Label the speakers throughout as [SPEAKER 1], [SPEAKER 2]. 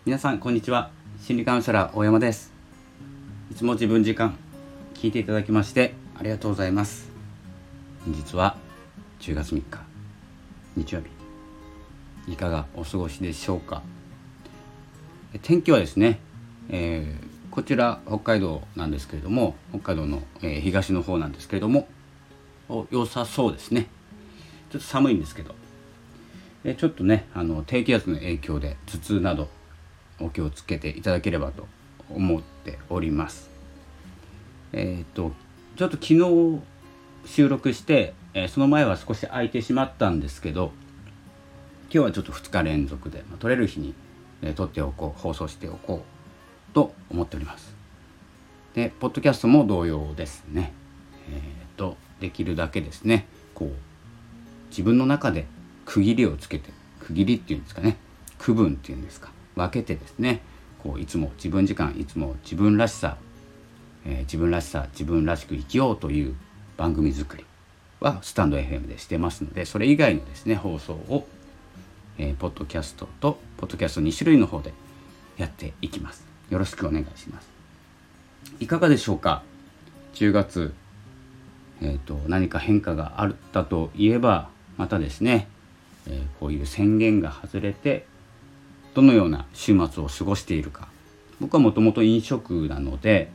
[SPEAKER 1] 皆さんこんにちは。心理カウンセラー大山です。いつも自分時間聞いていただきましてありがとうございます。本日は10月3日日曜日、いかがお過ごしでしょうか。天気はですね、こちら北海道なんですけれども、北海道の、東の方なんですけれども良さそうですね。ちょっと寒いんですけど、ちょっとね低気圧の影響で頭痛などお気をつけていただければと思っております。ちょっと昨日収録して、その前は少し空いてしまったんですけど、今日はちょっと2日連続で、撮れる日に、撮っておこう、放送しておこうと思っております。でポッドキャストも同様ですね。できるだけですね、自分の中で区切りをつけて、区切りっていうんですかね、区分っていうんですか、分けてですね、いつも自分時間、いつも自分らしさ、自分らしく生きようという番組作りはスタンド FM でしてますので、それ以外のですね放送を、ポッドキャストとポッドキャスト2種類の方でやっていきます。よろしくお願いします。いかがでしょうか。10月、何か変化があったといえば、またですね、こういう宣言が外れてどのような週末を過ごしているか。僕はもともと飲食なので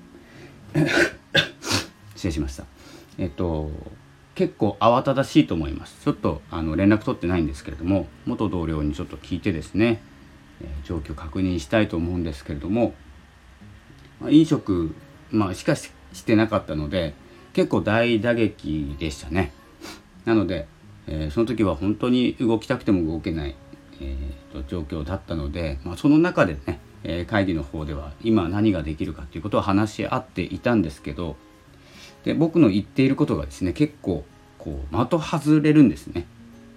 [SPEAKER 1] 失礼しました。結構慌ただしいと思います。ちょっと連絡取ってないんですけれども、元同僚にちょっと聞いてですね、状況確認したいと思うんですけれども、飲食、しかしてなかったので結構大打撃でしたね。なので、その時は本当に動きたくても動けない、状況だったので、その中でね、会議の方では今何ができるかということを話し合っていたんですけど、で僕の言っていることがですね結構的外れるんですね。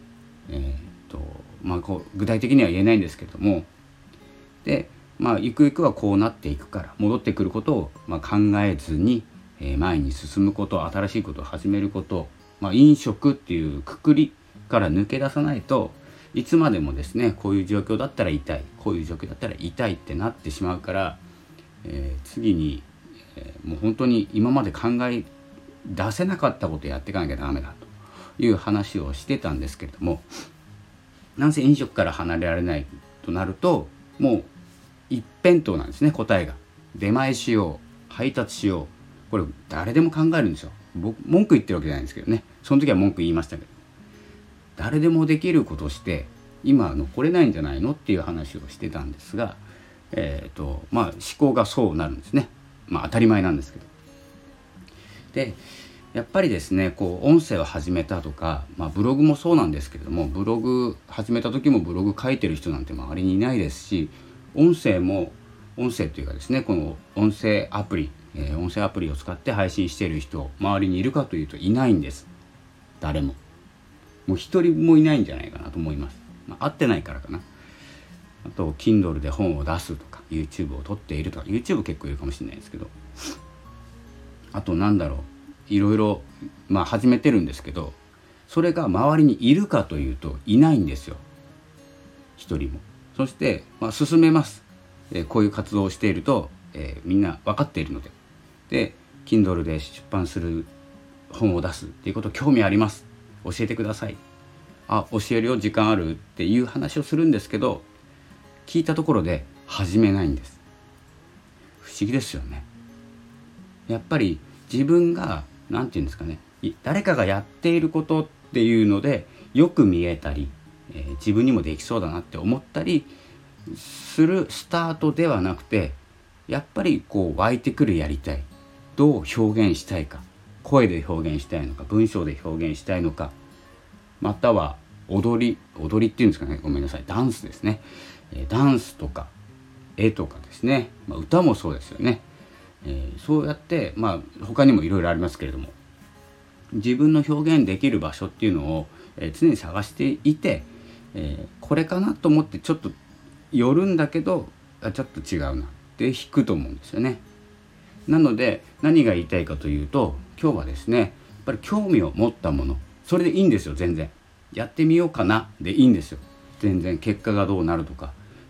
[SPEAKER 1] 具体的には言えないんですけども、でゆくゆくはこうなっていくから、戻ってくることを考えずに、前に進むこと、新しいことを始めること、飲食っていうくくりから抜け出さないといつまでもですね、こういう状況だったら痛い、こういう状況だったら痛いってなってしまうから、次に、もう本当に今まで考え出せなかったことをやっていかなきゃダメだという話をしてたんですけれども、なんせ飲食から離れられないとなると、もう一辺倒なんですね。答えが出前しよう、配達しよう、これ誰でも考えるんですよ。僕文句言ってるわけじゃないんですけどね、その時は文句言いましたけど、誰でもできることして今残れないんじゃないのっていう話をしてたんですが、思考がそうなるんですね。当たり前なんですけど。でやっぱりですね、音声を始めたとか、ブログもそうなんですけれども、ブログ始めた時もブログ書いてる人なんて周りにいないですし、音声というかですね、この音声アプリを使って配信している人周りにいるかというといないんです。誰も、もう一人もいないんじゃないかなと思います。会ってないからかな。あと Kindle で本を出すとか、 YouTube を撮っているとか、 YouTube 結構いるかもしれないですけど、あといろいろ始めてるんですけど、それが周りにいるかというといないんですよ、一人も。そして進めます。こういう活動をしていると、みんな分かっているので、Kindle で出版する本を出すっていうこと興味あります、教えてください、教えるよ、時間あるっていう話をするんですけど、聞いたところで始めないんです。不思議ですよね。やっぱり自分がなんていうんですかね、誰かがやっていることっていうのでよく見えたり、自分にもできそうだなって思ったりするスタートではなくて、やっぱり湧いてくるやりたい、どう表現したいか、声で表現したいのか、文章で表現したいのか、または踊りっていうんですかね、ごめんなさい、ダンスですね。ダンスとか絵とかですね、歌もそうですよね。そうやって他にもいろいろありますけれども、自分の表現できる場所っていうのを、常に探していて、これかなと思ってちょっと寄るんだけど、ちょっと違うなって引くと思うんですよね。なので何が言いたいかというと、今日はですね、やっぱり興味を持ったもの、それでいいんですよ。全然やってみようかなでいいんですよ。全然結果がどうなるとか、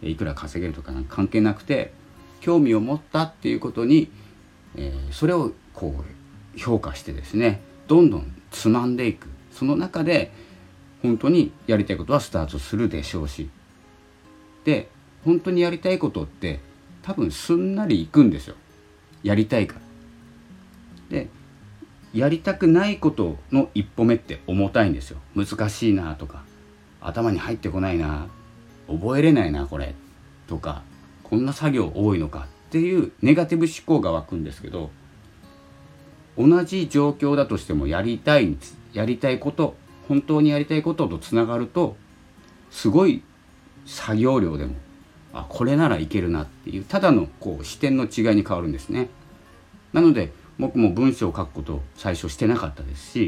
[SPEAKER 1] いくら稼げるとかなんか関係なくて、興味を持ったっていうことに、それをこう評価してですね、どんどんつまんでいく。その中で本当にやりたいことはスタートするでしょうし、で本当にやりたいことって多分すんなりいくんですよ。やりたいから。でやりたくないことの一歩目って重たいんですよ。難しいなとか、頭に入ってこないな、覚えれないなこれとか、こんな作業多いのかっていうネガティブ思考が湧くんですけど、同じ状況だとしてもやりたいこと、本当にやりたいこととつながると、すごい作業量でもこれならいけるなっていう、ただのこう視点の違いに変わるんですね。なので僕も文章を書くことを最初してなかったですし、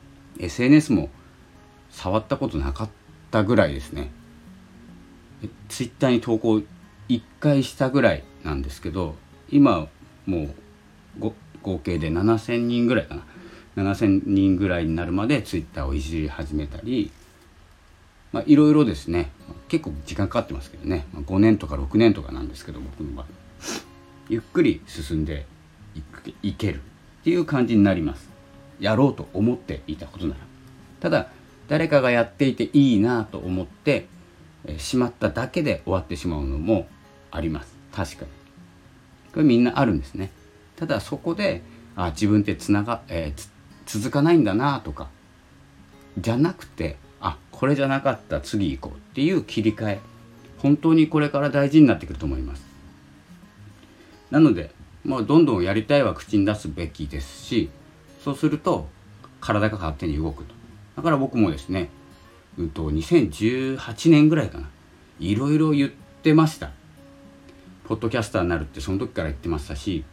[SPEAKER 1] SNS も触ったことなかったぐらいですね。ツイッターに投稿1回したぐらいなんですけど、今もう合計で7000人ぐらいかな、7000人ぐらいになるまでツイッターをいじり始めたり、いろいろですね、結構時間かかってますけどね、5年とか6年とかなんですけど、僕の場合ゆっくり進んでいけるっていう感じになります。やろうと思っていたことなら。ただ誰かがやっていていいなと思ってしまっただけで終わってしまうのもあります。確かにこれみんなあるんですね。ただそこで自分って続かないんだなとかじゃなくて、これじゃなかった、次行こうっていう切り替え、本当にこれから大事になってくると思います。なのでどんどんやりたいは口に出すべきですし、そうすると体が勝手に動くと。だから僕もですね、2018年ぐらいかな、いろいろ言ってました。ポッドキャスターになるってその時から言ってましたし、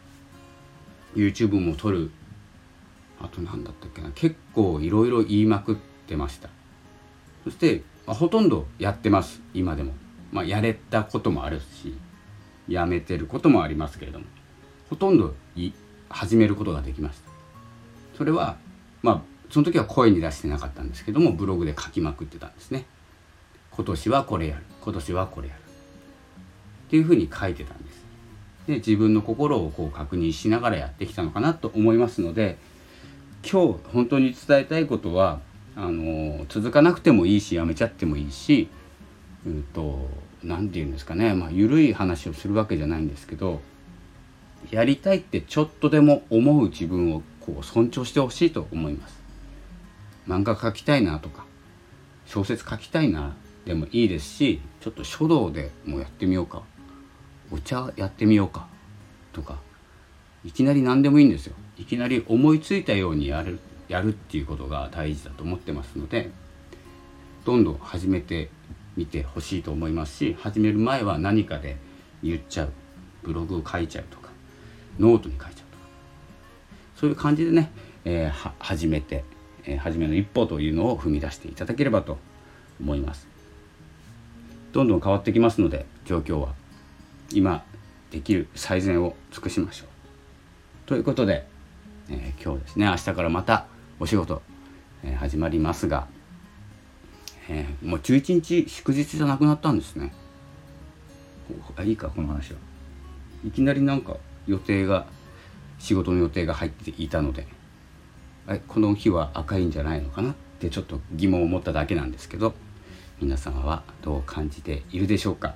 [SPEAKER 1] YouTube も撮る、あと何だったっけな、結構いろいろ言いまくってました。そして、ほとんどやってます。今でもやれたこともあるし、やめてることもありますけれども、ほとんど始めることができました。それはその時は声に出してなかったんですけども、ブログで書きまくってたんですね。今年はこれやる、今年はこれやるっていうふうに書いてたんです。で自分の心をこう確認しながらやってきたのかなと思いますので、今日本当に伝えたいことは、続かなくてもいいし、やめちゃってもいいし、何て言うんですかね、緩い話をするわけじゃないんですけど、やりたいってちょっとでも思う自分をこう尊重してほしいと思います。漫画描きたいなとか、小説書きたいなでもいいですし、ちょっと書道でもやってみようか、お茶やってみようかとか、いきなり何でもいいんですよ。いきなり思いついたようにやるっていうことが大事だと思ってますので、どんどん始めてみてほしいと思いますし、始める前は何かで言っちゃう、ブログを書いちゃうとか、ノートに書いちゃうとか、そういう感じでね、初めの一歩というのを踏み出していただければと思います。どんどん変わってきますので、状況は今できる最善を尽くしましょうということで、今日ですね、明日からまたお仕事、始まりますが、もう11日祝日じゃなくなったんですね。いいか、この話はいきなりなんか仕事の予定が入っていたので、この日は赤いんじゃないのかなってちょっと疑問を持っただけなんですけど、皆様はどう感じているでしょうか。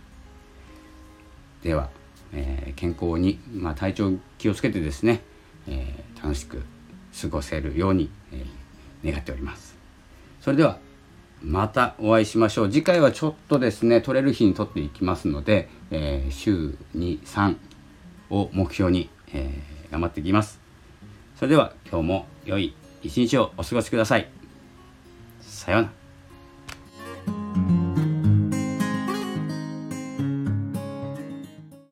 [SPEAKER 1] では、健康に、体調気をつけてですね、楽しく過ごせるように、願っております。それではまたお会いしましょう。次回はちょっとですね、取れる日に取っていきますので、週2、3を目標に、頑張っていきます。それでは今日も良い一日をお過ごしください。さようなら。